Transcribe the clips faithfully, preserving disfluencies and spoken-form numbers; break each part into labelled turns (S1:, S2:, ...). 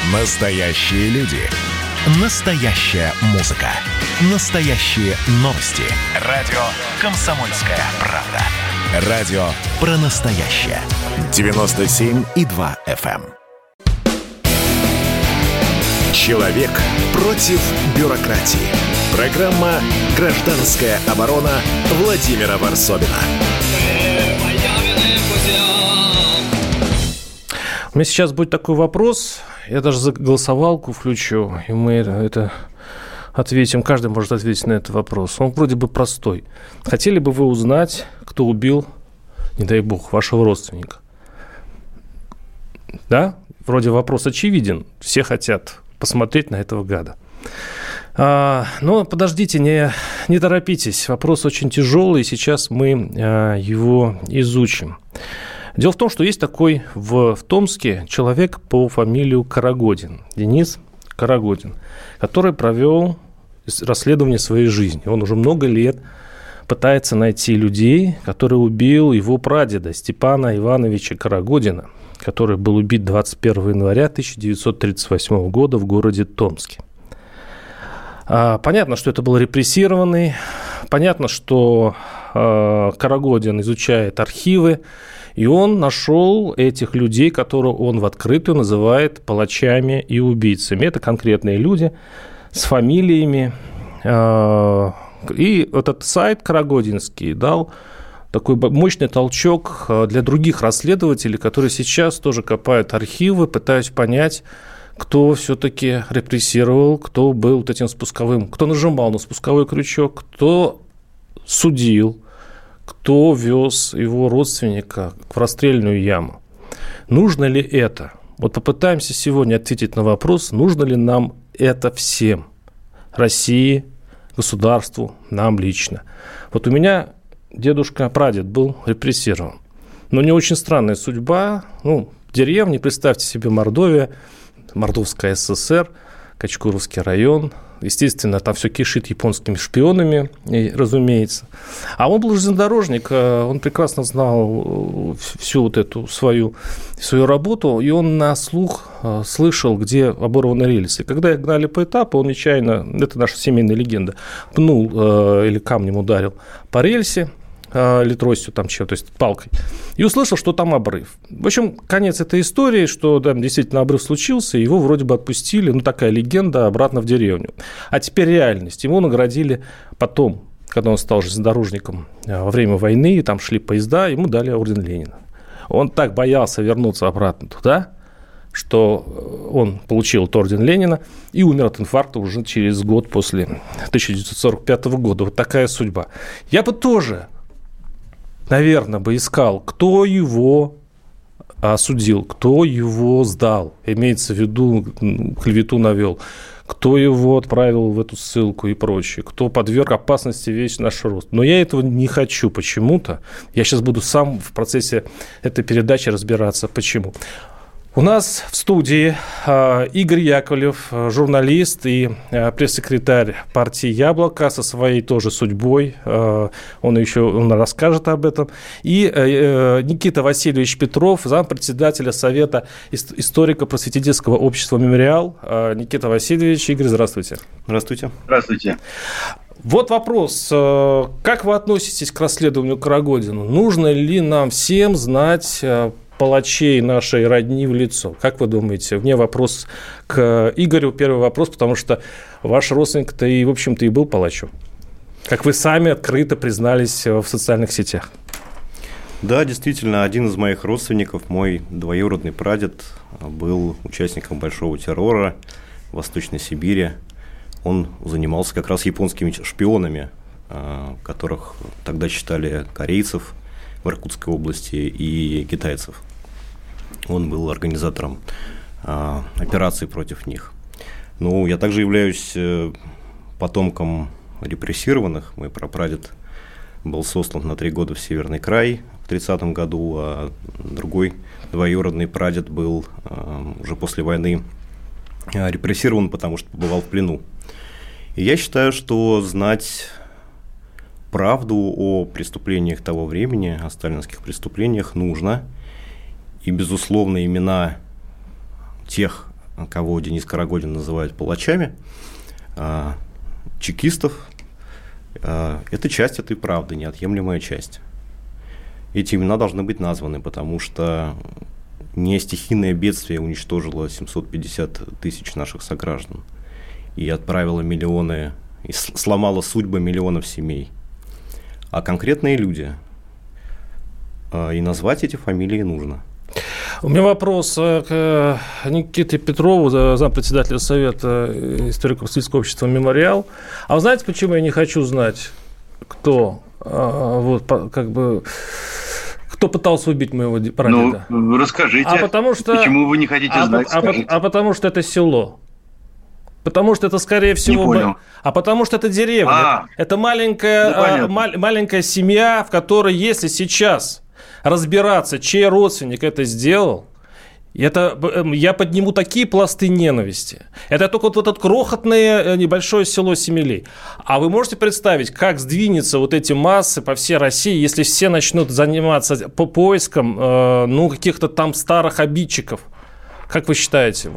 S1: Настоящие люди. Настоящая музыка. Настоящие новости. Радио «Комсомольская правда». Радио про настоящее. девяносто семь и два эф эм. Человек против бюрократии. Программа «Гражданская оборона» Владимира Варсобина.
S2: У меня сейчас будет такой вопрос. Я даже за голосовалку включу, и мы это ответим. Каждый может ответить на этот вопрос. Он вроде бы простой. Хотели бы вы узнать, кто убил, не дай бог, вашего родственника? Да? Вроде вопрос очевиден. Все хотят посмотреть на этого гада. А, но подождите, не, не торопитесь. Вопрос очень тяжелый, и сейчас мы а, его изучим. Дело в том, что есть такой в, в Томске человек по фамилии Карагодин, Денис Карагодин, который провел расследование своей жизни. Он уже много лет пытается найти людей, которые убил его прадеда Степана Ивановича Карагодина, который был убит двадцать первого января тысяча девятьсот тридцать восьмого года в городе Томске. Понятно, что это был репрессированный, понятно, что Карагодин изучает архивы, и он нашел этих людей, которых он в открытую называет палачами и убийцами. Это конкретные люди с фамилиями. И этот сайт карагодинский дал такой мощный толчок для других расследователей, которые сейчас тоже копают архивы, пытаясь понять, кто все-таки репрессировал, кто был вот этим спусковым, кто нажимал на спусковой крючок, кто судил, кто вез его родственника в расстрельную яму. Нужно ли это? Вот попытаемся сегодня ответить на вопрос, нужно ли нам это всем? России, государству, нам лично. Вот у меня дедушка-прадед был репрессирован. Но не очень странная судьба. Ну, в деревне, представьте себе, Мордовия, Мордовская эс эс эс эр, Качкуровский район. Естественно, там все кишит японскими шпионами, разумеется. А он был железнодорожник, он прекрасно знал всю вот эту свою, свою работу, и он на слух слышал, где оборваны рельсы. Когда их гнали по этапу, он нечаянно, это наша семейная легенда, пнул или камнем ударил по рельсе, или тростью, там, чем, то есть палкой, и услышал, что там обрыв. В общем, конец этой истории, что да, действительно обрыв случился, и его вроде бы отпустили, ну, такая легенда, обратно в деревню. А теперь реальность. Ему наградили потом, когда он стал железнодорожником во время войны, и там шли поезда, ему дали орден Ленина. Он так боялся вернуться обратно туда, что он получил этот орден Ленина и умер от инфаркта уже через год после тысяча девятьсот сорок пятого года. Вот такая судьба. Я бы тоже... наверное, бы искал, кто его осудил, кто его сдал, имеется в виду, клевету навел, кто его отправил в эту ссылку и прочее, кто подверг опасности весь наш рост. Но я этого не хочу почему-то. Я сейчас буду сам в процессе этой передачи разбираться, почему. У нас в студии Игорь Яковлев, журналист и пресс-секретарь партии «Яблоко» со своей тоже судьбой. Он еще он расскажет об этом. И Никита Васильевич Петров, зампредседателя Совета историко-просветительского общества «Мемориал». Никита Васильевич, Игорь, здравствуйте.
S3: Здравствуйте.
S4: Здравствуйте.
S2: Вот вопрос. Как вы относитесь к расследованию Карагодина? Нужно ли нам всем знать палачей нашей родни в лицо? Как вы думаете? У меня вопрос к Игорю. Первый вопрос, потому что ваш родственник-то и, в общем-то, и был палачом. Как вы сами открыто признались в социальных сетях.
S3: Да, действительно, один из моих родственников, мой двоюродный прадед, был участником большого террора в Восточной Сибири. Он занимался как раз японскими шпионами, которых тогда считали корейцев в Иркутской области и китайцев. Он был организатором а, операции против них. Ну, я также являюсь потомком репрессированных. Мой прапрадед был сослан на три года в Северный край в тридцатом году, а другой двоюродный прадед был а, уже после войны репрессирован, потому что побывал в плену. И я считаю, что знать правду о преступлениях того времени, о сталинских преступлениях нужно. И, безусловно, имена тех кого Денис Карагодин называет палачами, чекистов, это часть этой правды, неотъемлемая часть. Эти имена должны быть названы, потому что не стихийное бедствие уничтожило семьсот пятьдесят тысяч наших сограждан и отправило миллионы, и сломало судьбы миллионов семей, а конкретные люди. И назвать эти фамилии нужно.
S2: У меня вопрос к Никите Петрову, зампредседателя Совета историко-просветительского общества «Мемориал». А вы знаете, почему я не хочу знать, кто, вот, как бы, кто пытался убить моего прадеда?
S4: Ну, расскажите,
S2: а потому что,
S4: почему вы не хотите
S2: а,
S4: знать?
S2: А, а, а потому что это село. Потому что это, скорее всего...
S4: Не понял.
S2: А потому что это деревня. А, это маленькая, ну, а, маленькая семья, в которой, если сейчас разбираться, чей родственник это сделал, это, я подниму такие пласты ненависти. Это только вот это крохотное небольшое село Семилей. А вы можете представить, как сдвинется вот эти массы по всей России, если все начнут заниматься по поискам э, ну, каких-то там старых обидчиков? Как вы считаете?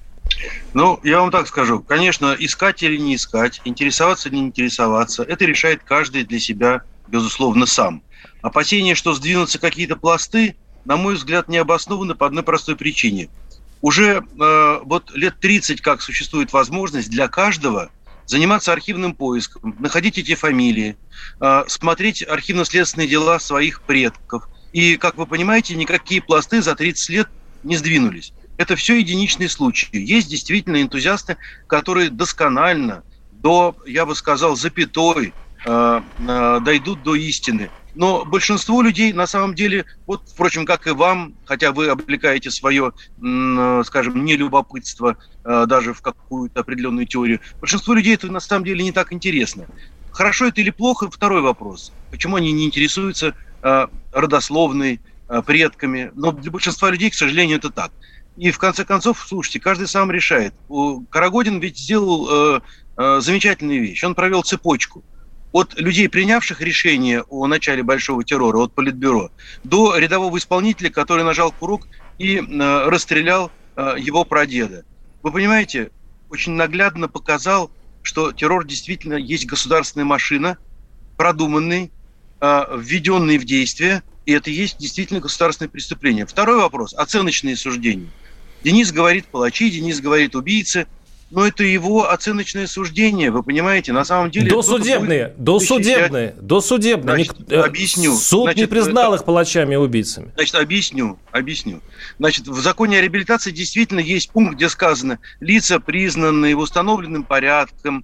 S4: Ну, я вам так скажу. Конечно, искать или не искать, интересоваться или не интересоваться, это решает каждый для себя, безусловно, сам. Опасения, что сдвинутся какие-то пласты, на мой взгляд, не обоснованы по одной простой причине. Уже э, вот лет тридцать как существует возможность для каждого заниматься архивным поиском, находить эти фамилии, э, смотреть архивно-следственные дела своих предков. И, как вы понимаете, никакие пласты за тридцать лет не сдвинулись. Это все единичные случаи. Есть действительно энтузиасты, которые досконально, до, я бы сказал, запятой, э, э, дойдут до истины. Но большинство людей, на самом деле, вот, впрочем, как и вам, хотя вы облекаете свое, скажем, нелюбопытство даже в какую-то определенную теорию, большинство людей это на самом деле не так интересно. Хорошо это или плохо, второй вопрос. Почему они не интересуются родословной, предками? Но для большинства людей, к сожалению, это так. И в конце концов, слушайте, каждый сам решает. Карагодин ведь сделал замечательную вещь. Он провел цепочку. От людей, принявших решение о начале большого террора, от Политбюро, до рядового исполнителя, который нажал курок и э, расстрелял э, его прадеда. Вы понимаете, очень наглядно показал, что террор действительно есть государственная машина, продуманный, э, введенный в действие, и это есть действительно государственное преступление. Второй вопрос – оценочные суждения. Денис говорит палачи, Денис говорит убийцы. Но это его оценочное суждение, вы понимаете, на самом деле...
S2: Досудебные, будет... досудебные, досудебные.
S4: Значит, Ник... объясню.
S2: Суд Значит, не признал их палачами и убийцами.
S4: Значит, объясню, объясню. Значит, в законе о реабилитации действительно есть пункт, где сказано, лица, признанные в установленным порядком,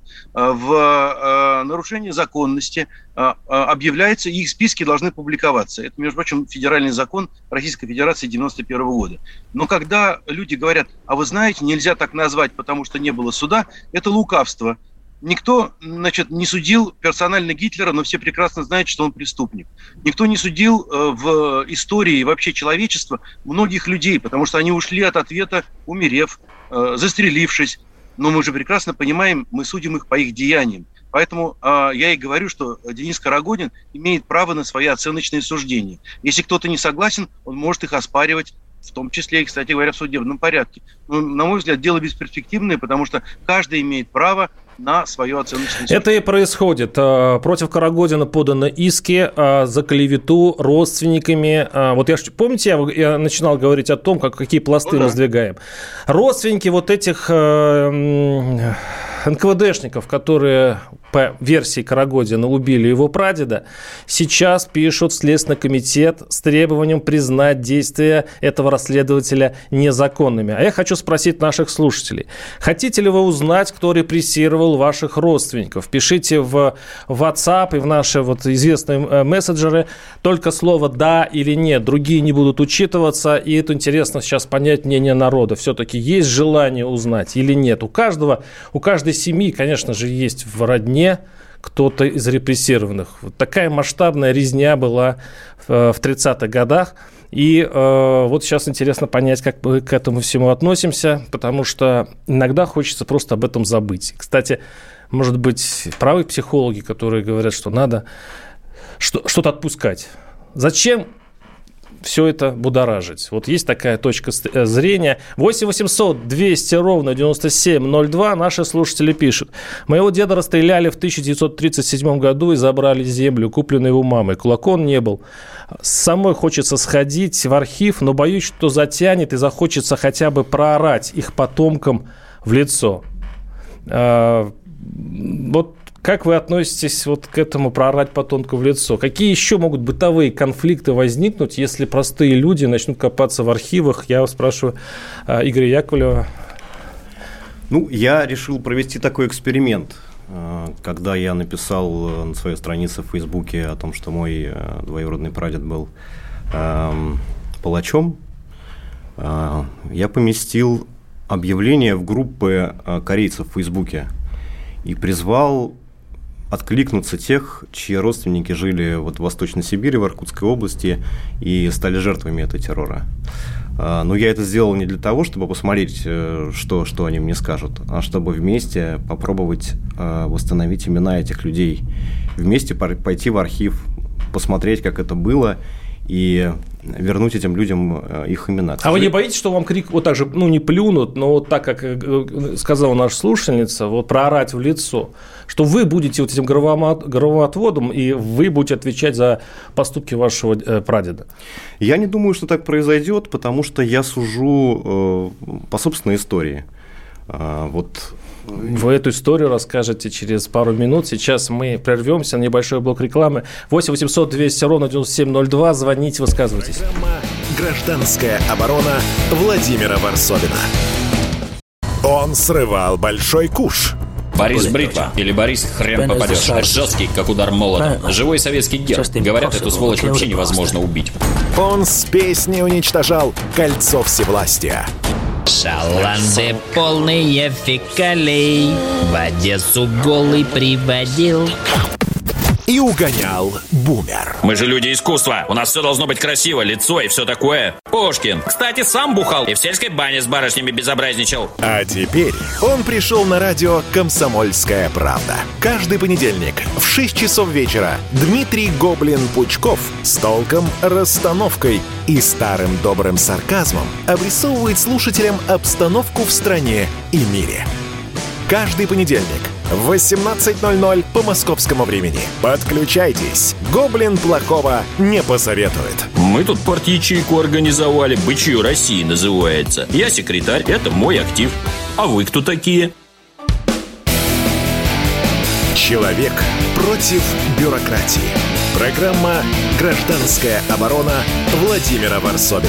S4: в нарушении законности, объявляются, и их списки должны публиковаться. Это, между прочим, федеральный закон Российской Федерации девяносто первого года. Но когда люди говорят, а вы знаете, нельзя так назвать, потому что не было суда, это лукавство. Никто, значит, не судил персонально Гитлера, но все прекрасно знают, что он преступник. Никто не судил в истории вообще человечества многих людей, потому что они ушли от ответа, умерев, застрелившись. Но мы же прекрасно понимаем, мы судим их по их деяниям. Поэтому э, я и говорю, что Денис Карагодин имеет право на свои оценочные суждения. Если кто-то не согласен, он может их оспаривать, в том числе и, кстати говоря, в судебном порядке. Но, на мой взгляд, дело бесперспективное, потому что каждый имеет право на свое оценочное суждение.
S2: Это и происходит. Против Карагодина поданы иски за клевету родственниками. Вот я, помните, я, я начинал говорить о том, как, какие пласты ну, мы да. сдвигаем. Родственники вот этих э, эн ка вэ дэшников, которые по версии Карагодина убили его прадеда, сейчас пишут в Следственный комитет с требованием признать действия этого расследователя незаконными. А я хочу спросить наших слушателей. Хотите ли вы узнать, кто репрессировал ваших родственников? Пишите в WhatsApp и в наши вот известные мессенджеры только слово «да» или «нет». Другие не будут учитываться, и это интересно сейчас понять мнение народа. Все-таки есть желание узнать или нет? У каждого, у каждой семьи, конечно же, есть в родне кто-то из репрессированных. Вот такая масштабная резня была в тридцатых годах. И э, вот сейчас интересно понять, как мы к этому всему относимся, потому что иногда хочется просто об этом забыть. Кстати, может быть, правы психологи, которые говорят, что надо что- что-то отпускать. Зачем все это будоражить. Вот есть такая точка зрения. восемь восемьсот двести ровно девяносто семь ноль два. Наши слушатели пишут. Моего деда расстреляли в тысяча девятьсот тридцать седьмом году и забрали землю, купленную его мамой. Кулак он не был. Самой хочется сходить в архив, но боюсь, что затянет и захочется хотя бы проорать их потомкам в лицо. А, вот как вы относитесь вот к этому, проорать потомку в лицо? Какие еще могут бытовые конфликты возникнуть, если простые люди начнут копаться в архивах? Я вас спрашиваю Игоря Яковлева.
S3: Ну, я решил провести такой эксперимент. Когда я написал на своей странице в Фейсбуке о том, что мой двоюродный прадед был э, палачом, э, я поместил объявление в группы корейцев в Фейсбуке и призвал откликнуться тех, чьи родственники жили вот в Восточной Сибири, в Иркутской области и стали жертвами этого террора. Но я это сделал не для того, чтобы посмотреть, что, что они мне скажут, а чтобы вместе попробовать восстановить имена этих людей, вместе пойти в архив, посмотреть, как это было, и вернуть этим людям их имена.
S2: А вы не боитесь, что вам крик вот так же, ну, не плюнут, но вот так, как сказала наша слушательница, вот проорать в лицо, что вы будете вот этим громоотводом, и вы будете отвечать за поступки вашего прадеда? Я
S3: не думаю, что так произойдет, потому что я сужу э, по собственной истории. А, вот...
S2: Вы эту историю расскажете через пару минут. Сейчас мы прервемся на небольшой блок рекламы. восемь восемьсот двести ровно девяносто семь ноль два. Звоните, высказывайтесь.
S1: Программа «Гражданская оборона» Владимира Варсобина. Он срывал большой куш.
S5: Борис Бритва или Борис Хрен попадешь. Жесткий, как удар молотом. Живой советский герб. Говорят, эту сволочь вообще невозможно убить.
S1: Он с песней уничтожал кольцо всевластия.
S6: Шаланды полные фекалей в Одессу голый приводил.
S1: И угонял бумер.
S5: Мы же люди искусства. У нас все должно быть красиво, лицо и все такое. Пушкин, кстати, сам бухал и в сельской бане с барышнями безобразничал.
S1: А теперь он пришел на радио «Комсомольская правда». Каждый понедельник в шесть часов вечера Дмитрий Гоблин-Пучков с толком, расстановкой и старым добрым сарказмом обрисовывает слушателям обстановку в стране и мире. Каждый понедельник в восемнадцать ноль ноль по московскому времени. Подключайтесь. Гоблин плохого не посоветует.
S5: Мы тут парт-ячейку организовали. «Бычью России» называется. Я секретарь, это мой актив. А вы кто такие?
S1: Человек против бюрократии. Программа «Гражданская оборона» Владимира Варсобина.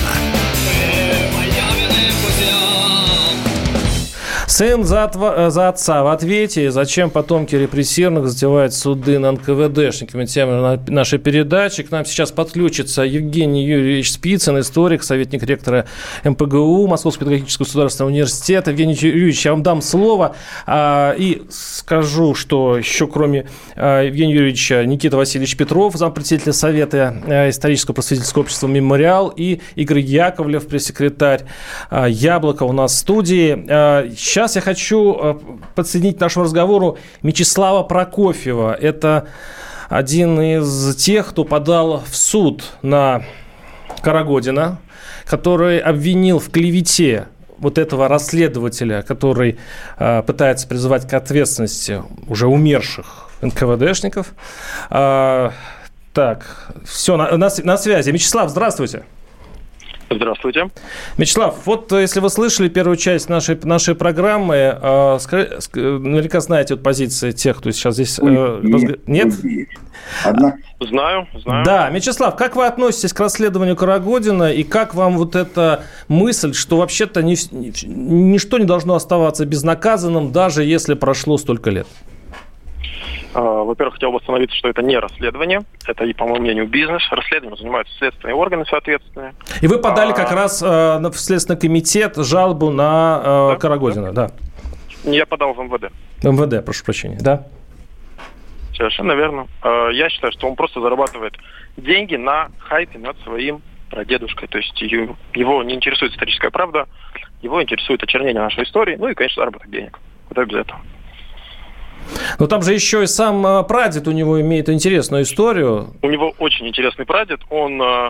S2: Сын за, отва- за отца в ответе. Зачем потомки репрессированных затевают суды над эн ка вэ дэшниками? Тема нашей передачи. К нам сейчас подключится Евгений Юрьевич Спицын, историк, советник ректора эм пэ гэ у, Московского педагогического государственного университета. Евгений Юрьевич, я вам дам слово. А, и скажу, что еще кроме а, Евгения Юрьевича Никита Васильевич Петров, зампредседателя Совета а, исторического просветительского общества «Мемориал», и Игорь Яковлев, пресс-секретарь а, «Яблоко» у нас в студии. А, Сейчас я хочу подсоединить к нашему разговору Мечислава Прокофьева. Это один из тех, кто подал в суд на Карагодина, который обвинил в клевете вот этого расследователя, который э, пытается призывать к ответственности уже умерших эн ка вэ дэшников. Э, так, все, на, на, на связи. Мечислав, здравствуйте.
S7: Здравствуйте.
S2: Мечислав, вот если вы слышали первую часть нашей, нашей программы, э, скажи, наверняка знаете вот позиции тех, кто сейчас здесь... Э, разг... Нет?
S7: Одна... Знаю, знаю.
S2: Да, Мечислав, как вы относитесь к расследованию Карагодина, и как вам вот эта мысль, что вообще-то ни, ничто не должно оставаться безнаказанным, даже если прошло столько лет?
S7: Во-первых, хотел бы остановиться, что это не расследование, это, и, по моему мнению, бизнес. Расследованием занимаются следственные органы соответственные.
S2: И вы подали а... как раз э, в Следственный комитет жалобу на э, да, Карагодина, да.
S7: да? Я подал в эм вэ дэ.
S2: эм вэ дэ, прошу прощения, да?
S7: Совершенно верно. Я считаю, что он просто зарабатывает деньги на хайпе над своим прадедушкой. То есть его не интересует историческая правда, его интересует очернение нашей истории, ну и, конечно, заработок денег. Куда без этого.
S2: Но там же еще и сам прадед у него имеет интересную историю.
S7: У него очень интересный прадед. Он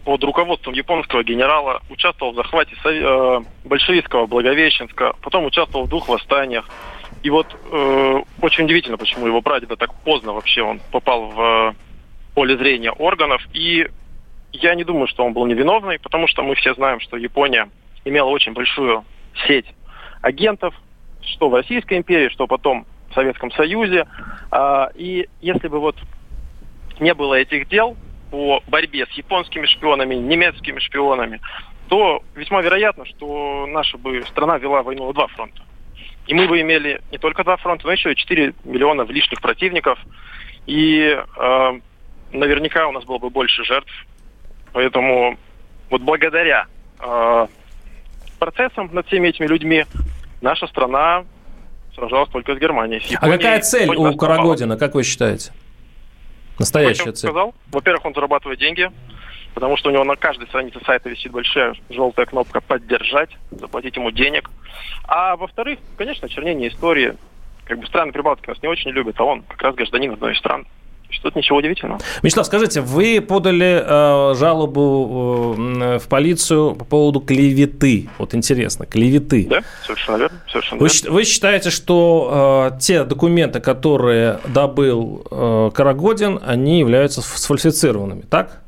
S7: под руководством японского генерала, участвовал в захвате э, большевистского Благовещенска, потом участвовал в двух восстаниях. И вот э, очень удивительно, почему его прадеда так поздно вообще он попал в э, поле зрения органов. И я не думаю, что он был невиновный, потому что мы все знаем, что Япония имела очень большую сеть агентов, что в Российской империи, что потом в Советском Союзе. А, и если бы вот не было этих дел по борьбе с японскими шпионами, немецкими шпионами, то весьма вероятно, что наша бы страна вела войну на два фронта. И мы бы имели не только два фронта, но еще и четыре миллиона лишних противников. И э, наверняка у нас было бы больше жертв. Поэтому вот благодаря э, процессам над всеми этими людьми наша страна сражалась только с Германией. С Японией.
S2: А какая цель у Карагодина, как вы считаете? Настоящая
S7: я
S2: цель.
S7: Сказал. Во-первых, он зарабатывает деньги, потому что у него на каждой странице сайта висит большая желтая кнопка «Поддержать», заплатить ему денег. А во-вторых, конечно, чернение истории. Как бы страны Прибалтики нас не очень любят, а он как раз гражданин одной из стран. Что-то ничего удивительного.
S2: Вячеслав, скажите, вы подали э, жалобу э, в полицию по поводу клеветы. Вот интересно, клеветы.
S7: Да, совершенно верно. Совершенно
S2: вы,
S7: верно.
S2: вы считаете, что э, те документы, которые добыл э, Карагодин, они являются сфальсифицированными, так?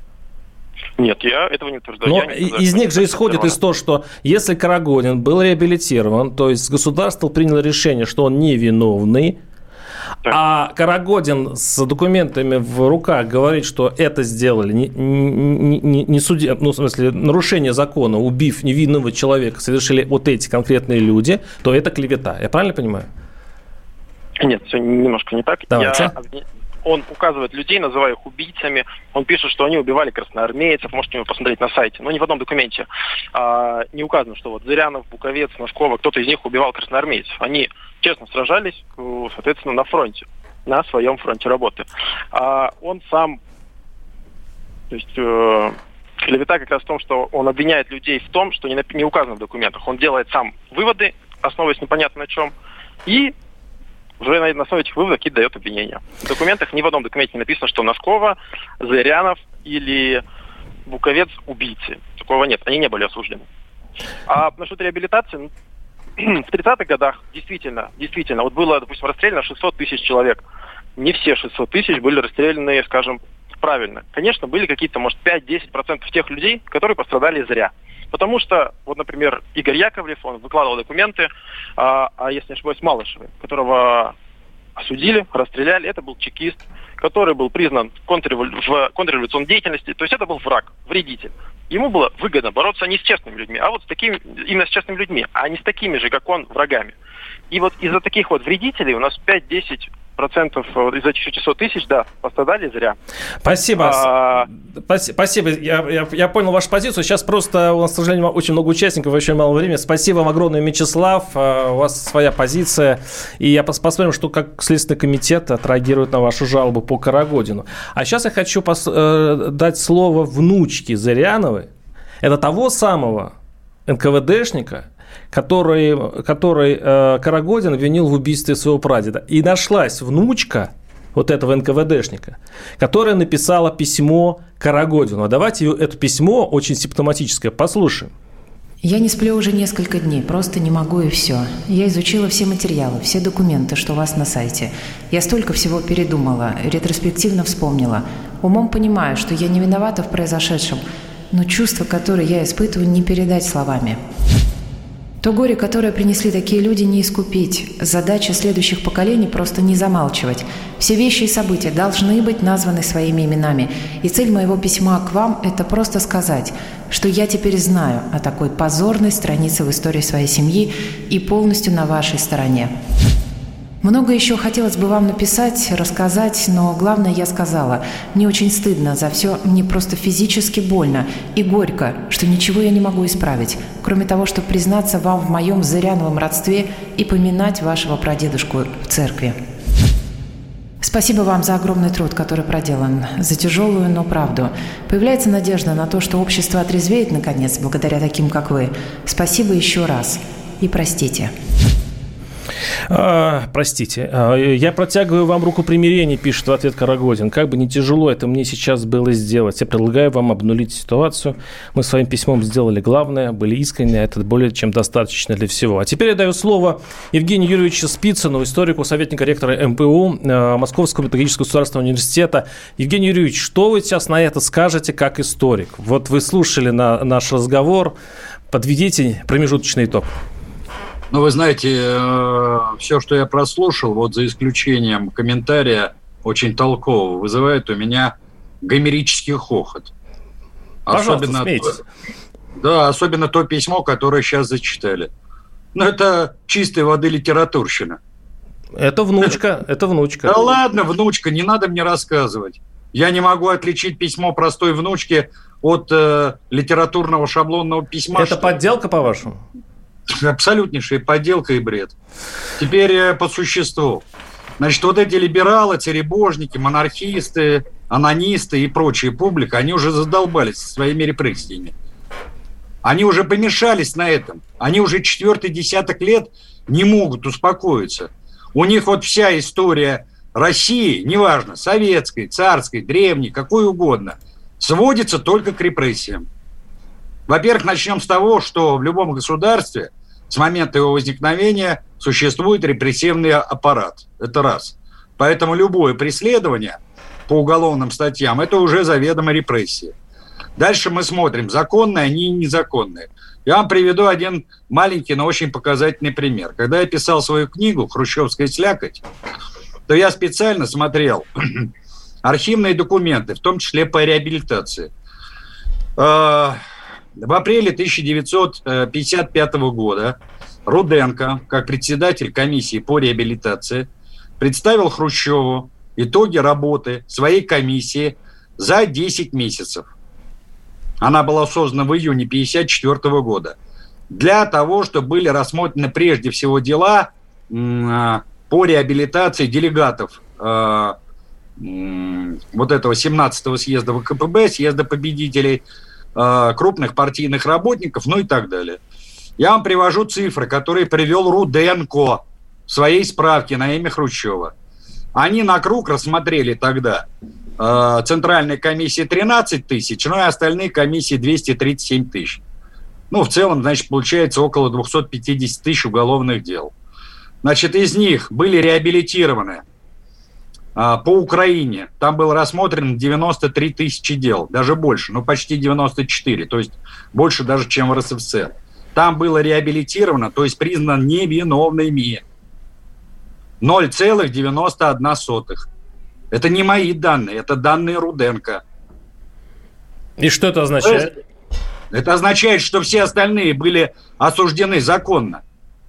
S7: Нет, я этого не утверждаю.
S2: Но
S7: я не утверждаю,
S2: из них же исходит из того, что если Карагодин был реабилитирован, то есть государство приняло решение, что он невиновный, так. А Карагодин с документами в руках говорит, что это сделали не, не, не, не суди, ну, в смысле, нарушение закона, убив невинного человека, совершили вот эти конкретные люди, то это клевета. Я правильно понимаю?
S7: Нет, все немножко не так.
S2: Давайте.
S7: Я... Он указывает людей, называя их убийцами. Он пишет, что они убивали красноармейцев. Можете его посмотреть на сайте. Но ни в одном документе а, не указано, что вот Зырянов, Буковец, Носкова, кто-то из них убивал красноармейцев. Они честно сражались, соответственно, на фронте, на своем фронте работы. А он сам, то есть э, клевета как раз в том, что он обвиняет людей в том, что не, не указано в документах. Он делает сам выводы, основываясь непонятно на чем, и уже на, на основе этих выводов и дает обвинения. В документах ни в одном документе не написано, что Носкова, Зырянов или Буковец убийцы. Такого нет, они не были осуждены. А насчет реабилитации, в тридцатых годах действительно, действительно, вот было, допустим, расстреляно шестьсот тысяч человек. Не все шестьсот тысяч были расстреляны, скажем, правильно. Конечно, были какие-то, может, пять-десять процентов тех людей, которые пострадали зря. Потому что, вот, например, Игорь Яковлев, он выкладывал документы, а, а если не ошибаюсь, Малышевой, которого осудили, расстреляли. Это был чекист, который был признан контрреволю... в контрреволюционной деятельности. То есть это был враг, вредитель. Ему было выгодно бороться не с честными людьми, а вот с такими, именно с честными людьми, а не с такими же, как он, врагами. И вот из-за таких вот вредителей у нас пять-десять процентов из этих шестисот тысяч, да, пострадали зря.
S2: Спасибо.
S7: А...
S2: Спасибо. Я, я, я понял вашу позицию. Сейчас просто у нас, к сожалению, очень много участников, очень мало времени. Спасибо вам огромное, Мячеслав. У вас своя позиция. И я посмотрим, что как Следственный комитет отреагирует на вашу жалобу по Карагодину. А сейчас я хочу пос... дать слово внучке Зыряновой. Это того самого эн ка вэ дэшника, который, который э, Карагодин обвинил в убийстве своего прадеда. И нашлась внучка вот этого эн ка вэ дэшника, которая написала письмо Карагодину. А давайте это письмо, очень симптоматическое, послушаем.
S8: Я не сплю уже несколько дней, просто не могу и все. Я изучила все материалы, все документы, что у вас на сайте. Я столько всего передумала, ретроспективно вспомнила. Умом понимаю, что я не виновата в произошедшем, но чувства, которые я испытываю, не передать словами. То горе, которое принесли такие люди, не искупить. Задача следующих поколений просто не замалчивать. Все вещи и события должны быть названы своими именами. И цель моего письма к вам – это просто сказать, что я теперь знаю о такой позорной странице в истории своей семьи и полностью на вашей стороне. Много еще хотелось бы вам написать, рассказать, но главное я сказала. Мне очень стыдно за все, мне просто физически больно и горько, что ничего я не могу исправить, кроме того, чтобы признаться вам в моем зыряновом родстве и поминать вашего прадедушку в церкви. Спасибо вам за огромный труд, который проделан, за тяжелую, но правду. Появляется надежда на то, что общество отрезвеет, наконец, благодаря таким, как вы. Спасибо еще раз и простите.
S2: А, простите, я протягиваю вам руку примирения, пишет в ответ Карагодин. Как бы не тяжело это мне сейчас было сделать, я предлагаю вам обнулить ситуацию. Мы своим письмом сделали главное, были искренни, это более чем достаточно для всего. А теперь я даю слово Евгению Юрьевичу Спицыну, историку, советника ректора эм пэ у Московского педагогического государственного университета. Евгений Юрьевич, что вы сейчас на это скажете как историк? Вот вы слушали на наш разговор, подведите промежуточный итог.
S9: Ну, вы знаете, все, что я прослушал, вот за исключением комментария очень толкового, вызывает у меня гомерический хохот.
S2: Пожалуйста,
S9: особенно
S2: смейтесь.
S9: То, да, особенно то письмо, которое сейчас зачитали. Ну, это чистой воды литературщина.
S2: Это внучка, это внучка.
S9: Да ладно, внучка, не надо мне рассказывать. Я не могу отличить письмо простой внучки от э, литературного шаблонного письма.
S2: Это подделка, по-вашему?
S9: Абсолютнейшая подделка и бред. Теперь по существу. Значит, вот эти либералы, царебожники, монархисты, анонисты и прочая публика, они уже задолбались со своими репрессиями. Они уже помешались на этом. Они уже четвертый десяток лет не могут успокоиться. У них вот вся история России, неважно, советской, царской, древней, какой угодно, сводится только к репрессиям. Во-первых, начнем с того, что в любом государстве с момента его возникновения существует репрессивный аппарат. Это раз. Поэтому любое преследование по уголовным статьям – это уже заведомо репрессии. Дальше мы смотрим, законные они и незаконные. Я вам приведу один маленький, но очень показательный пример. Когда я писал свою книгу «Хрущевская слякоть», то я специально смотрел архивные документы, в том числе по реабилитации. В апреле тысяча девятьсот пятьдесят пятого года Руденко, как председатель комиссии по реабилитации, представил Хрущеву итоги работы своей комиссии за десять месяцев. Она была создана в июне тысяча девятьсот пятьдесят четвёртого года. Для того, чтобы были рассмотрены прежде всего дела по реабилитации делегатов вот этого семнадцатого съезда вэ ка пэ бэ, съезда победителей, крупных партийных работников, ну и так далее. Я вам привожу цифры, которые привел Руденко в своей справке на имя Хрущева. Они на круг рассмотрели тогда э, Центральная комиссия тринадцать тысяч, ну и остальные комиссии двести тридцать семь тысяч. Ну, в целом, значит, получается около двести пятьдесят тысяч уголовных дел. Значит, из них были реабилитированы по Украине, там было рассмотрено девяносто три тысячи дел, даже больше, ну почти девяносто четыре, то есть больше даже, чем в эр эс эф эс эр. Там было реабилитировано, то есть признано невиновными ноль целых девяносто одна сотых. Это не мои данные, это данные Руденко.
S2: И что это означает?
S9: Это означает, что все остальные были осуждены законно.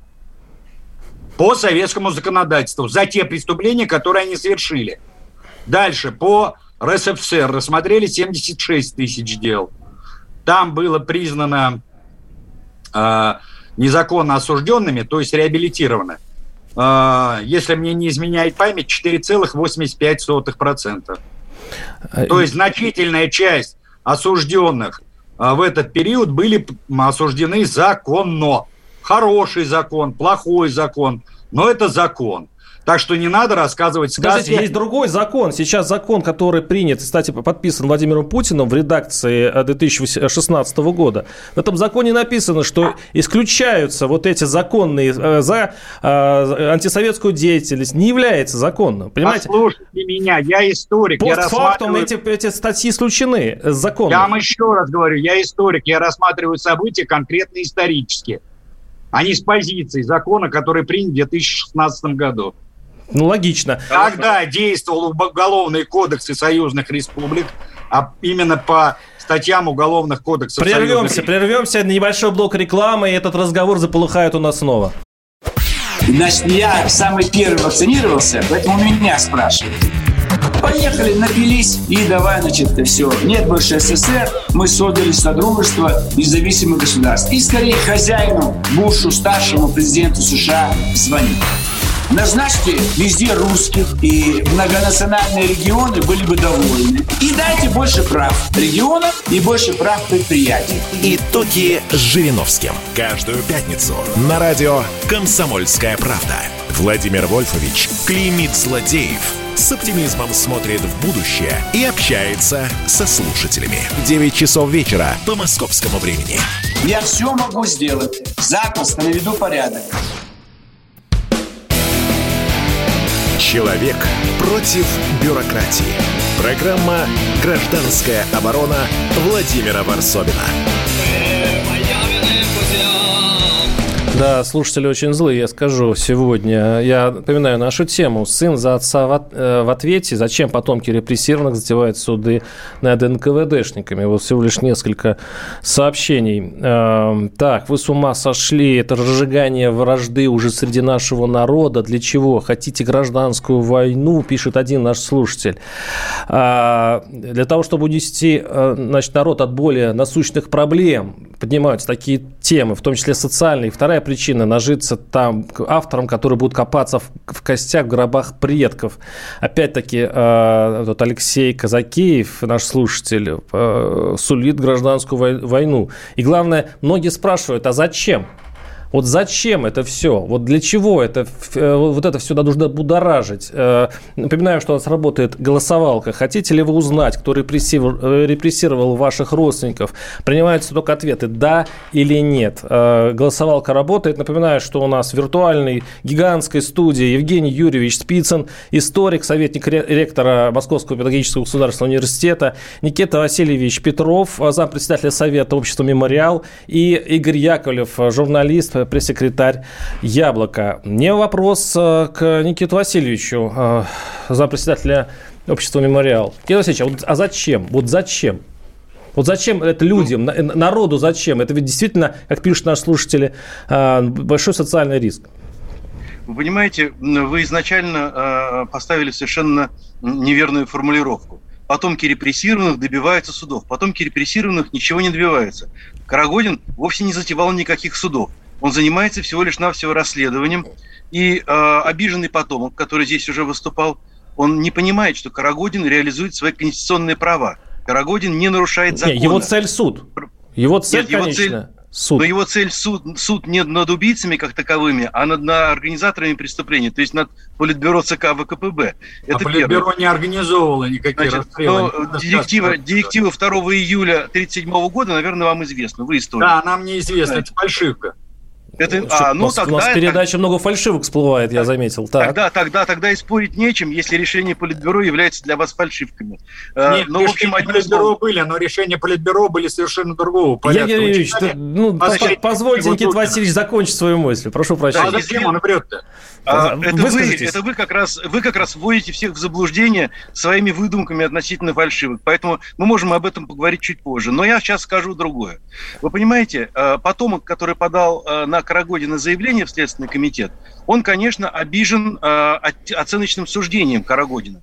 S9: По советскому законодательству за те преступления, которые они совершили. Дальше, по эр эс эф эс эр рассмотрели семьдесят шесть тысяч дел. Там было признано э, незаконно осужденными, то есть реабилитировано, э, если мне не изменяет память, четыре целых восемьдесят пять сотых процента. То есть значительная часть осужденных э, в этот период были осуждены законно. Хороший закон, плохой закон, но это закон. Так что не надо рассказывать сказки.
S2: Подождите, есть другой закон. Сейчас закон, который принят, кстати, подписан Владимиром Путиным в редакции две тысячи шестнадцатого года. В этом законе написано, что исключаются вот эти законные за антисоветскую деятельность. Не является законным. Понимаете?
S9: Послушайте меня, я историк.
S2: Постфактум
S9: я
S2: рассматриваю... эти, эти статьи исключены с закона.
S9: Я вам еще раз говорю, я историк. Я рассматриваю события конкретно исторически, а не с позиции закона, который принят в две тысячи шестнадцатом году.
S2: Ну, логично.
S9: Когда действовал уголовный кодекс союзных республик, а именно по статьям уголовных кодексов
S2: Прервемся,
S9: союзных...
S2: прервемся. Небольшой блок рекламы, и этот разговор заполыхает у нас снова.
S10: Значит, я самый первый вакцинировался, поэтому меня спрашивают. Поехали, напились и давай, значит, все. Нет больше эс эс эс эр, мы создали Содружество независимых государств. И скорее хозяину, Бушу, старшему президенту США звонить. Назначьте везде русских, и многонациональные регионы были бы довольны. И дайте больше прав регионам и больше прав предприятий.
S1: Итоги с Жириновским. Каждую пятницу на радио «Комсомольская правда». Владимир Вольфович клеймит злодеев, с оптимизмом смотрит в будущее и общается со слушателями. девять часов вечера по московскому времени.
S10: Я все могу сделать. Запросто наведу порядок.
S1: Человек против бюрократии. Программа «Гражданская оборона» Владимира Варсобина.
S2: Да, слушатели очень злые, я скажу сегодня. Я напоминаю нашу тему. Сын за отца в ответе. Зачем потомки репрессированных затевают суды над эн ка вэ дэшниками? Вот всего лишь несколько сообщений. Так, вы с ума сошли. Это разжигание вражды уже среди нашего народа. Для чего? Хотите гражданскую войну? Пишет один наш слушатель. Для того, чтобы унести, значит, народ от более насущных проблем, поднимаются такие темы, в том числе социальные. Вторая причина – нажиться там авторам, которые будут копаться в, в костях, в гробах предков. Опять-таки, э, вот Алексей Казакеев, наш слушатель, э, сулит гражданскую войну. И главное, многие спрашивают, а зачем? Вот зачем это все? Вот для чего это, вот это все нужно будоражить? Напоминаю, что у нас работает голосовалка. Хотите ли вы узнать, кто репрессировал, репрессировал ваших родственников? Принимаются только ответы «да» или «нет». Голосовалка работает. Напоминаю, что у нас в виртуальной гигантской студии Евгений Юрьевич Спицын, историк, советник ректора Московского педагогического государственного университета, Никита Васильевич Петров, зампредседателя Совета общества «Мемориал», и Игорь Яковлев, журналист, пресс-секретарь «Яблоко». Мне вопрос к Никите Васильевичу, зампредседателя общества «Мемориал». Никита Васильевич, а зачем? Вот зачем? Вот зачем это людям, народу зачем? Это ведь действительно, как пишут наши слушатели, большой социальный риск.
S4: Вы понимаете, вы изначально поставили совершенно неверную формулировку. Потомки репрессированных добиваются судов. Потомки репрессированных ничего не добиваются. Карагодин вовсе не затевал никаких судов. Он занимается всего лишь навсего расследованием. И э, обиженный потомок, который здесь уже выступал, он не понимает, что Карагодин реализует свои конституционные права. Карагодин не нарушает закона.
S2: Нет, его цель суд. Его цель,
S4: Нет, его
S2: конечно,
S4: цель...
S2: суд.
S4: Но его цель суд, суд не над убийцами как таковыми, а над, над организаторами преступления, то есть над Политбюро ЦК ВКПБ. Это
S9: а Политбюро первое. Не организовывало никакие
S4: Значит,
S9: расстрелы.
S4: Директива, директива второго июля тысяча девятьсот тридцать седьмого года, наверное, вам известна. Вы историк.
S9: Да, нам неизвестно, это фальшивка.
S4: Это, а, ну,
S2: у нас,
S4: тогда,
S2: у нас в передаче так, много фальшивок всплывает, я заметил. Так.
S4: Тогда, тогда, тогда и спорить нечем, если решения Политбюро являются для вас фальшивками.
S9: Нет, но, в общем, Политбюро словом... были, но решения Политбюро были совершенно другого порядка.
S2: Евгений Юрьевич, ты, ну, а по- позвольте, Никита Васильевич, закончить свою мысль. Прошу прощения.
S9: Да, зачем он врет-то?
S4: А, это, вы, это вы, как раз, вы как раз вводите всех в заблуждение своими выдумками относительно фальшивок. Поэтому мы можем об этом поговорить чуть позже. Но я сейчас скажу другое. Вы понимаете, потомок, который подал на Карагодина заявление в Следственный комитет, он, конечно, обижен оценочным суждением Карагодина.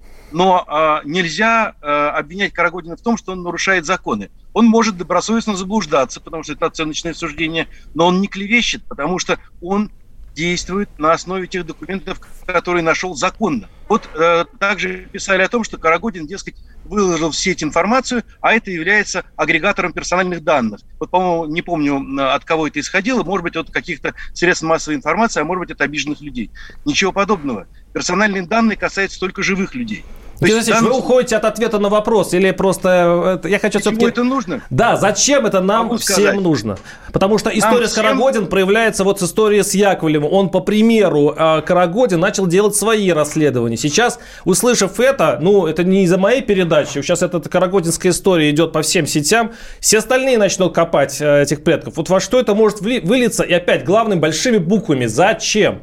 S4: Но нельзя обвинять Карагодина в том, что он нарушает законы. Он может добросовестно заблуждаться, потому что это оценочное суждение, но он не клевещет, потому что он действует на основе тех документов, которые нашел законно. Вот э, также писали о том, что Карагодин, дескать, выложил в сеть информацию, а это является агрегатором персональных данных. Вот, по-моему, не помню, от кого это исходило, может быть, от каких-то средств массовой информации, а может быть, от обиженных людей. Ничего подобного. Персональные данные касаются только живых людей.
S2: Никита Васильевич, вы уходите от ответа на вопрос или просто... Я хочу
S4: все-таки... это нужно?
S2: Да, зачем это нам Могу всем сказать. нужно? Потому что история нам с Карагодин всем... проявляется вот с историей с Яковлевым. Он, по примеру Карагодин, начал делать свои расследования. Сейчас, услышав это, ну, это не из-за моей передачи, сейчас эта карагодинская история идет по всем сетям, все остальные начнут копать этих предков. Вот во что это может вылиться? И опять, главным, большими буквами. Зачем?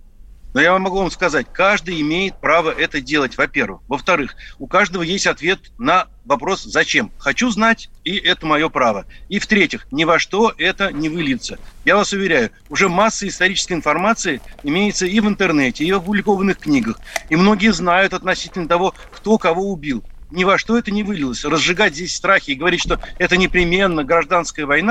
S4: Но я могу вам сказать, каждый имеет право это делать, во-первых. Во-вторых, у каждого есть ответ на вопрос «зачем?». Хочу знать, и это мое право. И в-третьих, ни во что это не выльется. Я вас уверяю, уже масса исторической информации имеется и в интернете, и в опубликованных книгах. И многие знают относительно того, кто кого убил. Ни во что это не вылилось. Разжигать здесь страхи и говорить, что это непременно гражданская война,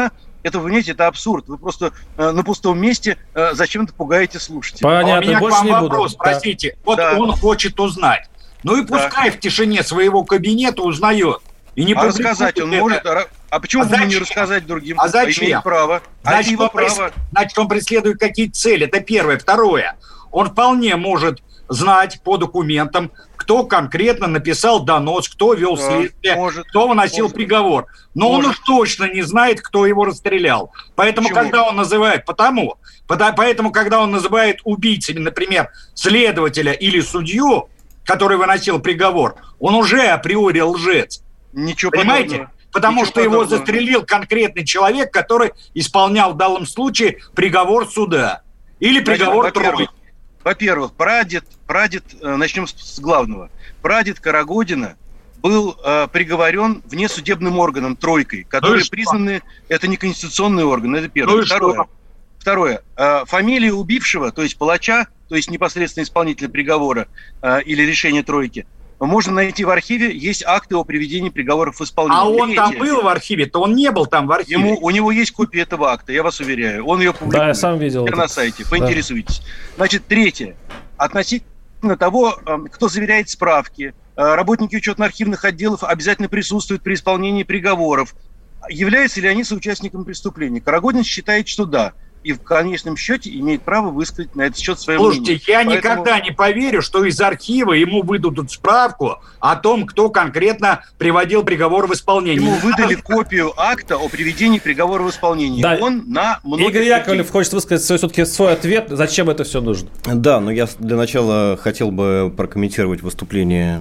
S4: Это, вы понимаете, это абсурд. Вы просто э, на пустом месте э, зачем-то пугаете слушателей.
S9: Понятно, а у меня больше к вам не вопрос, буду. Простите. Да. Вот да. он хочет узнать. Ну и пускай да. в тишине своего кабинета узнает. И не
S4: а рассказать он это. может? А почему а бы ему не рассказать другим?
S9: А зачем?
S4: Имеет право.
S9: Значит, а его он право. Прес... Значит, он преследует какие-то цели. Это первое. Второе. Он вполне может знать по документам, кто конкретно написал донос, кто вел да, следствие, может, кто выносил может, приговор. Но может. он уж точно не знает, кто его расстрелял. Поэтому, Почему? когда он называет... Потому, поэтому, когда он называет убийцами, например, следователя или судью, который выносил приговор, он уже априори лжец.
S4: Ничего
S9: Понимаете?
S4: Подобного.
S9: Потому
S4: Ничего
S9: что
S4: подобного.
S9: его застрелил конкретный человек, который исполнял в данном случае приговор суда. Или приговор тройки.
S4: Во-первых, прадед, прадед, начнем с главного. Прадед Карагодина был э, приговорен внесудебным органом, тройкой, которые ну признаны, это не конституционный орган, это первое. Ну Второе, Второе э, фамилия убившего, то есть палача, то есть непосредственно исполнителя приговора э, или решения тройки, можно найти в архиве, есть акты о приведении приговоров в исполнение.
S9: А он Третье. там был в архиве, то он не был там в архиве.
S4: Ему, у него есть копия этого акта, я вас уверяю. Он ее публикует.
S2: Да, я сам видел.
S4: На сайте, поинтересуйтесь. Да. Значит, третье. Относительно того, кто заверяет справки, работники учетно-архивных отделов обязательно присутствуют при исполнении приговоров. Являются ли они соучастниками преступления? Карагодин считает, что да. И в конечном счете имеет право высказать на этот счет свое
S9: Слушайте,
S4: мнение.
S9: Слушайте, я
S4: Поэтому...
S9: никогда не поверю, что из архива ему выдадут справку о том, кто конкретно приводил приговор в исполнение.
S4: Ему выдали копию акта о приведении приговора в исполнение.
S2: Да.
S4: Он на многих...
S2: Игорь Яковлев хочет высказать все-таки свой ответ. Зачем это все нужно?
S3: Да, но я для начала хотел бы прокомментировать выступление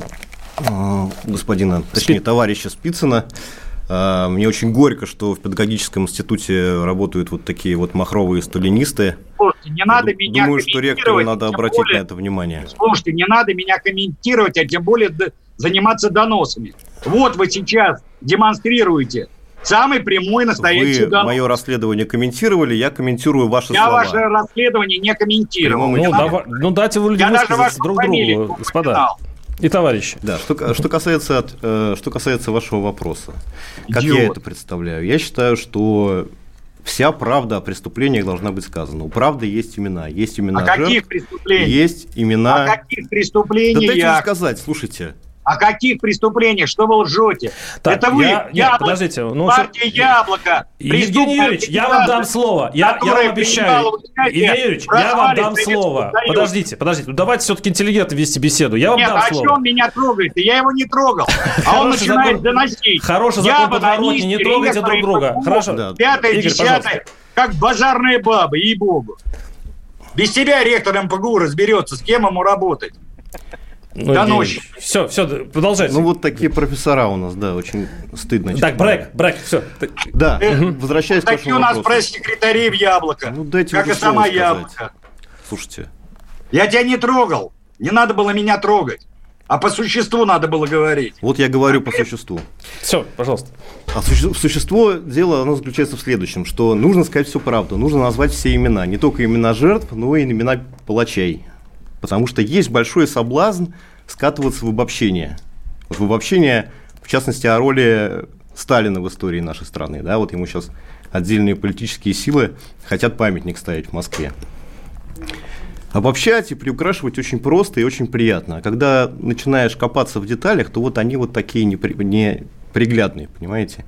S3: господина, точнее, товарища Спицына. Мне очень горько, что в педагогическом институте работают вот такие вот махровые сталинисты.
S9: Слушайте, не надо Д- меня
S3: Думаю, что ректору надо обратить более, на это внимание.
S9: Слушайте, не надо меня комментировать, а тем более д- заниматься доносами. Вот вы сейчас демонстрируете самый прямой настоящий
S3: вы
S9: донос.
S3: Мое расследование комментировали, я комментирую ваши
S9: я
S3: слова.
S9: Я ваше расследование не комментировал.
S2: Ну, давай, ну дайте вы людям высказаться друг другу, господа. И товарищи.
S3: Да, что, что, касается, от, э, что касается вашего вопроса, как Идиот. я это представляю, я считаю, что вся правда о преступлениях должна быть сказана. У правды есть имена, есть имена
S9: а
S3: жертв,
S9: каких преступлений?
S3: Есть имена...
S9: А каких преступлений?
S3: Да дайте
S9: я...
S3: мне сказать, слушайте.
S9: О каких преступлениях? Что вы лжете?
S2: Так,
S9: это вы,
S2: я,
S9: Яблоко,
S2: нет, подождите, ну,
S9: партия Яблоко.
S2: Евгений Юрьевич, я вам дам слово. Я, я вам обещаю. Евгений Юрьевич, я вам дам слово. Подождите, подождите. Ну давайте все-таки интеллигентно вести беседу. Я вам
S9: нет,
S2: дам
S9: а
S2: слово.
S9: Нет, а что он меня трогает? Я его не трогал. А он начинает доносить.
S2: Хороший закон подворотни, не трогайте друг друга. Хорошо.
S9: Пятое, десятое, как базарные бабы, ей-богу. Без тебя ректор эм пэ гэ у разберется, с кем ему работать.
S2: Ну, Доносчик. Все, все, продолжайте.
S3: Ну, вот такие профессора у нас, да, очень стыдно.
S2: Так, брейк, брейк, все.
S3: Да, угу. возвращаясь к
S9: такие
S3: вашему
S9: у нас
S3: вопросу.
S9: пресс-секретари в Яблоко,
S3: ну, дайте
S9: как и сама Яблоко.
S3: Слушайте.
S9: Я тебя не трогал, не надо было меня трогать, а по существу надо было говорить.
S3: Вот я говорю по существу.
S2: Все, пожалуйста.
S3: А существо дела, оно заключается в следующем, что нужно сказать всю правду, нужно назвать все имена, не только имена жертв, но и имена палачей. Потому что есть большой соблазн скатываться в обобщение. Вот в обобщение, в частности, о роли Сталина в истории нашей страны. Да, вот ему сейчас отдельные политические силы хотят памятник ставить в Москве. Обобщать и приукрашивать очень просто и очень приятно. А когда начинаешь копаться в деталях, то вот они вот такие неприглядные, понимаете?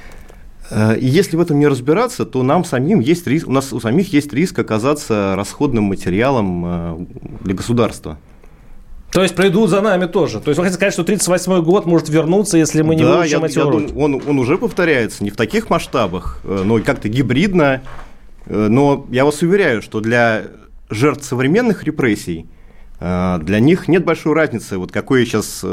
S3: И если в этом не разбираться, то нам самим есть риск, у нас у самих есть риск оказаться расходным материалом для государства.
S2: То есть придут за нами тоже. То есть вы хотите сказать, что тридцать восьмой год может вернуться, если мы не
S3: да,
S2: выучим
S3: я,
S2: эти
S3: я
S2: уроки?
S3: Думаю, он, он уже повторяется, не в таких масштабах, но как-то гибридно. Но я вас уверяю, что для жертв современных репрессий, для них нет большой разницы, вот какой сейчас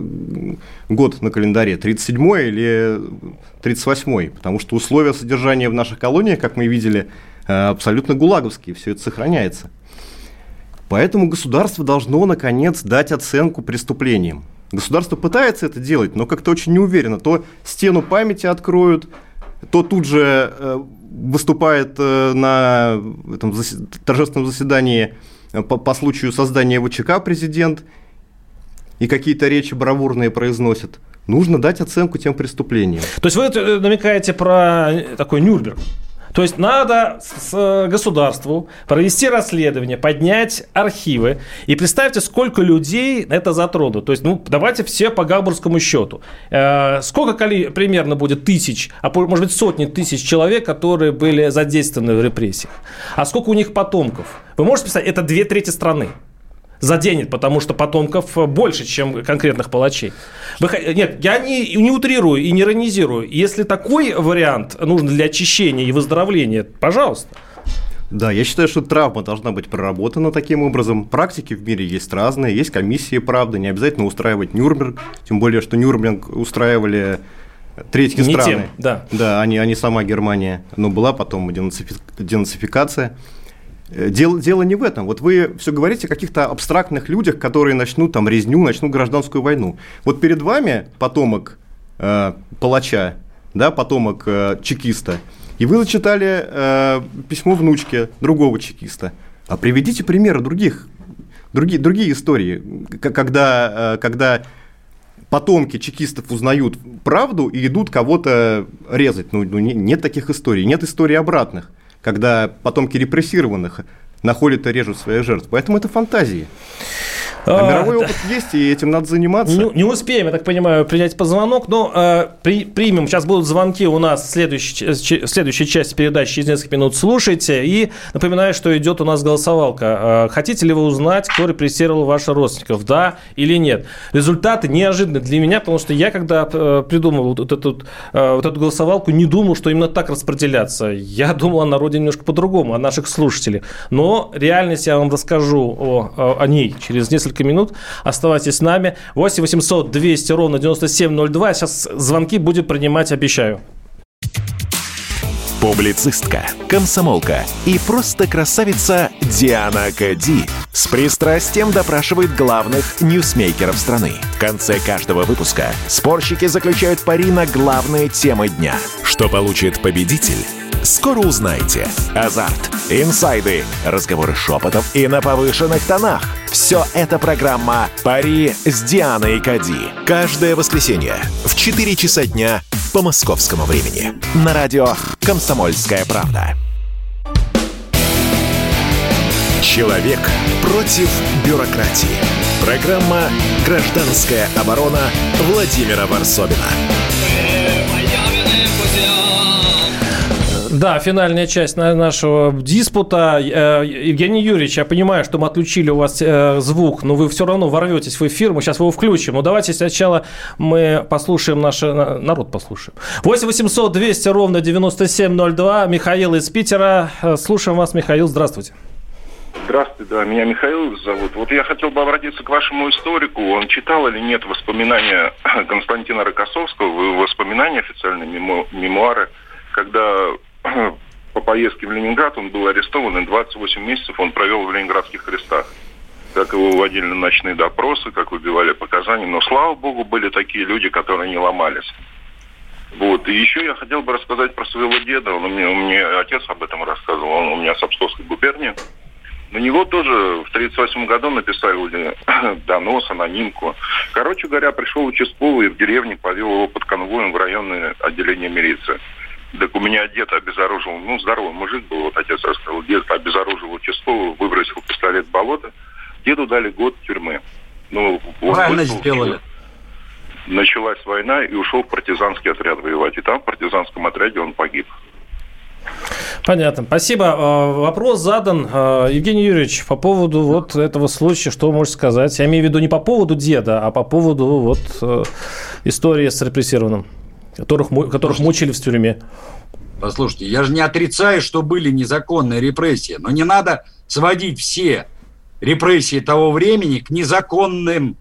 S3: год на календаре, тридцать седьмой или тридцать восьмой, потому что условия содержания в наших колониях, как мы видели, абсолютно гулаговские, все это сохраняется. Поэтому государство должно, наконец, дать оценку преступлениям. Государство пытается это делать, но как-то очень неуверенно. То стену памяти откроют, то тут же выступает на этом торжественном заседании по, по случаю создания вэ че ка президент и какие-то речи бравурные произносит. нужно дать оценку тем преступлениям.
S2: То есть вы намекаете про такой Нюрнберг? То есть надо с государству провести расследование, поднять архивы. И представьте, сколько людей это затронут. То есть, ну, давайте все по гамбургскому счету. Э, сколько коли, примерно будет тысяч, а может быть сотни тысяч человек, которые были задействованы в репрессиях? А сколько у них потомков? Вы можете представить, это две трети страны заденет, потому что потомков больше, чем конкретных палачей. Вы, нет, я не, не утрирую и не иронизирую. Если такой вариант нужен для очищения и выздоровления, пожалуйста.
S3: Да, я считаю, что травма должна быть проработана таким образом. Практики в мире есть разные, есть комиссии, правда, не обязательно устраивать Нюрнберг, тем более, что Нюрнберг устраивали третьи не страны. Тем, да, да, а не, а не сама Германия. Но была потом денацификация. Дело, дело не в этом. Вот вы все говорите о каких-то абстрактных людях, которые начнут там резню, начнут гражданскую войну. Вот перед вами потомок э, палача, да, потомок э, чекиста, и вы зачитали э, письмо внучке другого чекиста. А приведите примеры других, другие, другие истории, когда, э, когда потомки чекистов узнают правду и идут кого-то резать. Ну, ну, нет таких историй, нет историй обратных, когда потомки репрессированных находят и режут своих жертв. Поэтому это фантазии. А, а мировой да. опыт есть, и этим надо заниматься.
S2: Не, не успеем, я так понимаю, принять по звонок, но э, при, примем. Сейчас будут звонки у нас в следующей, в следующей части передачи, через несколько минут слушайте. И напоминаю, что идет у нас голосовалка. Э, хотите ли вы узнать, кто репрессировал ваших родственников, да или нет? Результаты неожиданны для меня, потому что я, когда э, придумывал вот эту, э, вот эту голосовалку, не думал, что именно так распределяться. Я думал о народе немножко по-другому, о наших слушателях. Но реальность я вам расскажу о, о, о ней через несколько минут. Оставайтесь с нами. восемь восемьсот двести ровно девяносто семь ноль два. Сейчас звонки будем принимать, обещаю.
S1: Публицистка, комсомолка и просто красавица Диана Кади с пристрастием допрашивает главных ньюсмейкеров страны. В конце каждого выпуска спорщики заключают пари на главные темы дня. Что получит победитель? Скоро узнаете. Азарт, инсайды, разговоры шепотов и на повышенных тонах. Все это программа «Пари с Дианой Кади». Каждое воскресенье в четыре часа дня по московскому времени. На радио «Комсомольская правда». Человек против бюрократии. Программа «Гражданская оборона» Владимира Варсобина.
S2: Да, финальная часть нашего диспута. Евгений Юрьевич, я понимаю, что мы отключили у вас звук, но вы все равно ворветесь в эфир, мы сейчас его включим. Но давайте сначала мы послушаем наш народ, послушаем. восемь восемьсот двести ровно девяносто семь ноль два. Михаил из Питера. Слушаем вас, Михаил, здравствуйте.
S11: Здравствуйте, да, меня Михаил зовут. Вот я хотел бы обратиться к вашему историку. Он читал или нет воспоминания Константина Рокоссовского, воспоминания официальные, мему, мемуары, когда по поездке в Ленинград он был арестован, и двадцать восемь месяцев он провел в ленинградских крестах. Как его уводили на ночные допросы, как выбивали показания. Но, слава богу, были такие люди, которые не ломались. Вот. И еще я хотел бы рассказать про своего деда. Он, мне, мне отец об этом рассказывал. Он у меня с Псковской губернии. На него тоже в тридцать восьмом году написали донос, анонимку. Короче говоря, пришел участковый и в деревне повел его под конвоем в районное отделение милиции. Так у меня дед обезоружил, ну, здоровый мужик был, вот отец рассказал, дед обезоружил участкового, выбросил пистолет в болото. Деду дали год тюрьмы. Ну,
S9: правильно сделали.
S11: Началась война, и ушел в партизанский отряд воевать. И там в партизанском отряде он погиб.
S2: Понятно. Спасибо. Вопрос задан. Евгений Юрьевич, по поводу вот этого случая, что вы можете сказать? Я имею в виду не по поводу деда, а по поводу вот истории с репрессированным, которых, которых мучили в тюрьме.
S9: Послушайте, я же не отрицаю, что были незаконные репрессии, но не надо сводить все репрессии того времени к незаконным.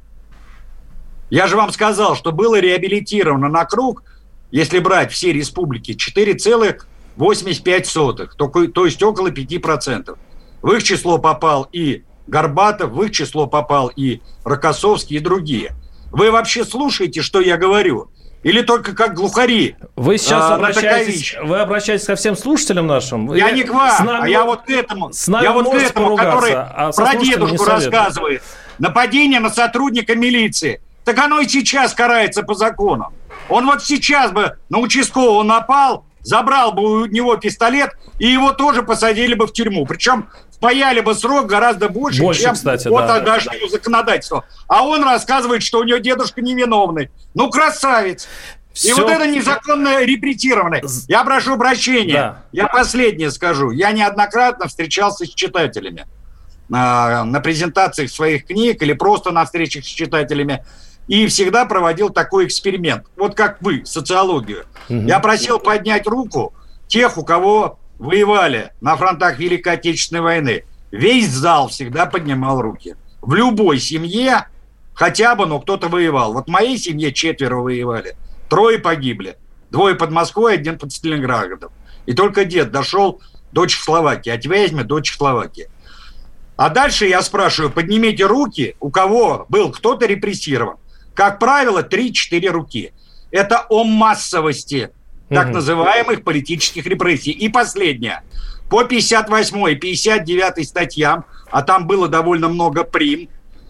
S9: Я же вам сказал, что было реабилитировано на круг, если брать все республики, четыре целых восемьдесят пять сотых, то, то есть около пяти процентов. В их число попал и Горбатов, в их число попал и Рокоссовский, и другие. Вы вообще слушаете, что я говорю? Или только как глухари?
S2: Вы сейчас а, обращаетесь, вы обращаетесь ко всем слушателям нашим?
S9: Я не к вам, нами, а я вот к этому, я вот к этому, который а про дедушку рассказывает. Нападение на сотрудника милиции. так оно и сейчас карается по закону. Он вот сейчас бы на участкового напал, забрал бы у него пистолет, и его тоже посадили бы в тюрьму. Причем впаяли бы срок гораздо больше, больше чем кстати, по да. тогдашнему законодательству. А он рассказывает, что у него дедушка невиновный. Ну, красавец. Все... И вот это незаконно репрессированное. Я прошу прощения. Да. Я последнее скажу. Я неоднократно встречался с читателями на, на презентациях своих книг или просто на встречах с читателями. И всегда проводил такой эксперимент. Вот как вы, социологию. Угу. Я просил поднять руку тех, у кого воевали на фронтах Великой Отечественной войны. Весь зал всегда поднимал руки. В любой семье хотя бы, но кто-то воевал. Вот в моей семье четверо воевали. Трое погибли. Двое под Москвой, один под Сталинградом. И только дед дошел до Чехословакии. От Вязьмы до Чехословакии. А дальше я спрашиваю, поднимите руки, у кого был кто-то репрессирован. Как правило, три-четыре руки. Это о массовости так угу. называемых политических репрессий. И последнее. По пятьдесят восьмой, пятьдесят девятой статьям, а там было довольно много прим,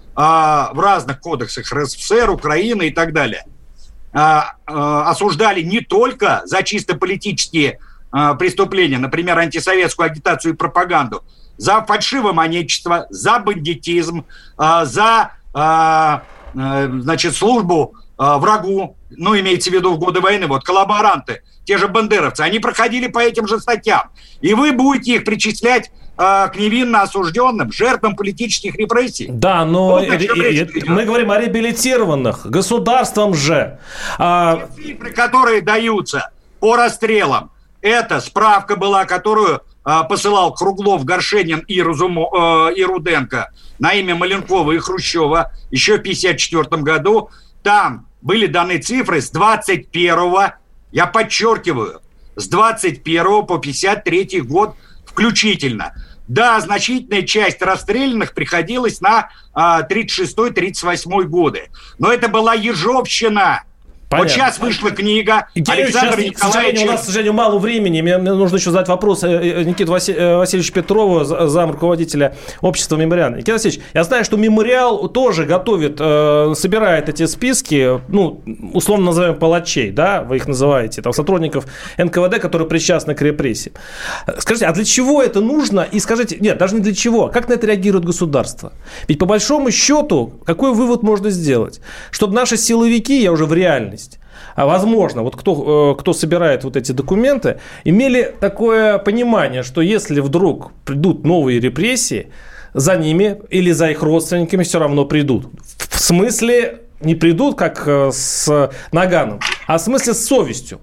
S9: а, в разных кодексах РСФСР, Украины и так далее, а, а, осуждали не только за чисто политические а, преступления, например, антисоветскую агитацию и пропаганду, за фальшивомонетчество, за бандитизм, а, за... А, значит, службу э, врагу, ну, имеется в виду в годы войны, вот, коллаборанты, те же бандеровцы, они проходили по этим же статьям. И вы будете их причислять э, к невинно осужденным, жертвам политических репрессий.
S2: Да, но вот, ре- ре- мы говорим о реабилитированных государством же. А...
S9: Цифры, которые даются по расстрелам, это справка была, которую э, посылал Круглов, Горшенин и, Разумо, э, и Руденко на имя Маленкова и Хрущева еще в пятьдесят четвёртом году. Там были даны цифры с двадцать первого, я подчеркиваю, с двадцать первого по пятьдесят третий год включительно. Да, значительная часть расстрелянных приходилась на а, тридцать шестой тридцать восьмой годы. Но это была ежовщина. Понятно. Вот сейчас вышла книга Александра Николаевича...
S2: К сожалению, у нас, к сожалению, мало времени. Мне нужно еще задать вопрос Никиту Васильевичу Петрову, зам руководителя общества «Мемориал». Никита Васильевич, я знаю, что «Мемориал» тоже готовит, собирает эти списки, ну, условно называем палачей, да, вы их называете, там, сотрудников эн ка вэ дэ, которые причастны к репрессиям. Скажите, а для чего это нужно? И скажите, нет, даже не для чего. Как на это реагирует государство? Ведь по большому счету, какой вывод можно сделать? Чтобы наши силовики, я уже в реальности, а возможно, вот кто, кто собирает вот эти документы, имели такое понимание, что если вдруг придут новые репрессии, за ними или за их родственниками все равно придут. В смысле не придут, как с наганом, а в смысле с совестью.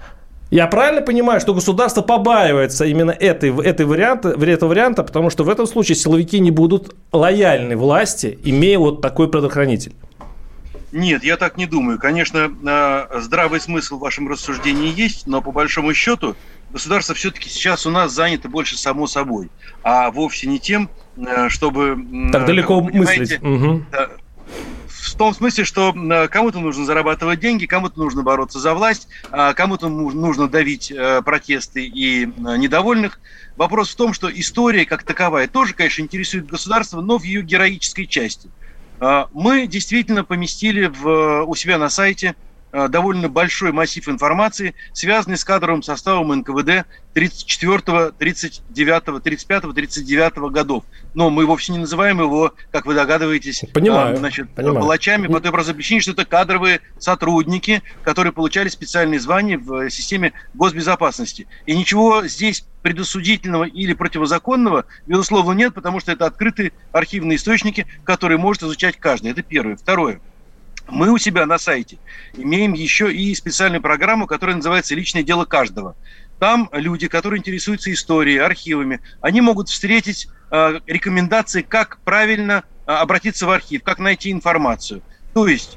S2: Я правильно понимаю, что государство побаивается именно этой, этой варианта, этого варианта, потому что в этом случае силовики не будут лояльны власти, имея вот такой предохранитель?
S4: Нет, я так не думаю. Конечно, здравый смысл в вашем рассуждении есть, но по большому счету государство все-таки сейчас у нас занято больше само собой, а вовсе не тем, чтобы...
S2: Так далеко мыслить. Угу.
S4: В том смысле, что кому-то нужно зарабатывать деньги, кому-то нужно бороться за власть, кому-то нужно давить протесты и недовольных. Вопрос в том, что история как таковая тоже, конечно, интересует государство, но в ее героической части. Мы действительно поместили в, у себя на сайте довольно большой массив информации, связанный с кадровым составом эн ка вэ дэ тридцать четвёртого, тридцать девятого, тридцать пятого, тридцать девятого годов. Но мы вовсе не называем его, как вы догадываетесь,
S2: понимаю,
S4: значит,
S2: понимаю.
S4: палачами, по той простой причине, что это кадровые сотрудники, которые получали специальные звания в системе госбезопасности. И ничего здесь предосудительного или противозаконного, безусловно, нет, потому что это открытые архивные источники, которые может изучать каждый. Это первое. Второе. Мы у себя на сайте имеем еще и специальную программу, которая называется «Личное дело каждого». Там люди, которые интересуются историей, архивами, они могут встретить э, рекомендации, как правильно э, обратиться в архив, как найти информацию. То есть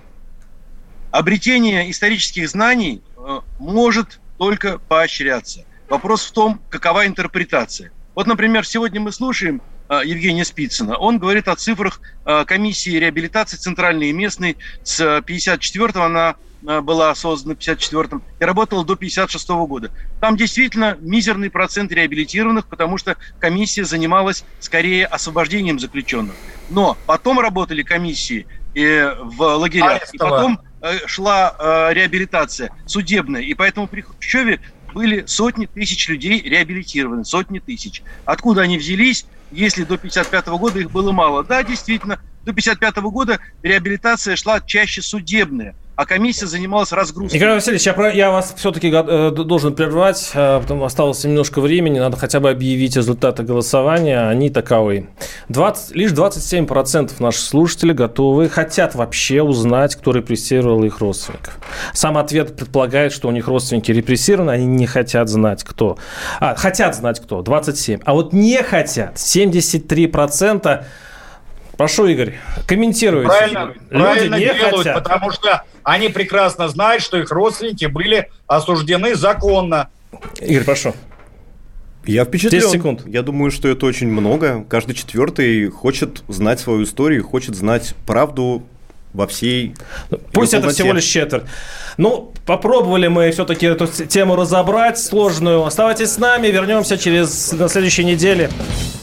S4: обретение исторических знаний э, может только поощряться. Вопрос в том, какова интерпретация. Вот, например, сегодня мы слушаем Евгения Спицына. Он говорит о цифрах комиссии реабилитации центральной и местной. С пятьдесят четвёртого она была создана, в пятьдесят четвёртом, и работала до пятьдесят шестого года. Там действительно мизерный процент реабилитированных, потому что комиссия занималась скорее освобождением заключенных. Но потом работали комиссии э, в лагерях. Арестова. И потом э, шла э, реабилитация судебная. И поэтому при Хрущеве были сотни тысяч людей реабилитированы, сотни тысяч. Откуда они взялись, если до пятьдесят пятого года их было мало? Да, действительно, до пятьдесят пятого года реабилитация шла чаще судебная, а комиссия занималась разгрузкой.
S2: Николай Васильевич, я, я вас все-таки э, должен прервать, э, потому осталось немножко времени, надо хотя бы объявить результаты голосования, они таковы. двадцать, лишь двадцать семь процентов наших слушателей готовы, хотят вообще узнать, кто репрессировал их родственников. Сам ответ предполагает, что у них родственники репрессированы, они не хотят знать, кто. А, хотят знать, кто, двадцать семь процентов. А вот не хотят, семьдесят три процента. Прошу, Игорь, комментируйте.
S9: Правильно,
S2: Люди
S9: правильно
S2: не
S9: делают,
S2: хотят.
S9: Потому что они прекрасно знают, что их родственники были осуждены законно.
S2: Игорь, прошу.
S3: Я впечатлен.
S2: десять секунд.
S3: Я думаю, что это очень много. Каждый четвертый хочет знать свою историю, хочет знать правду во всей...
S2: Пусть это всего лишь четверть. Ну, попробовали мы все-таки эту тему разобрать сложную. Оставайтесь с нами, вернемся через на следующей неделе.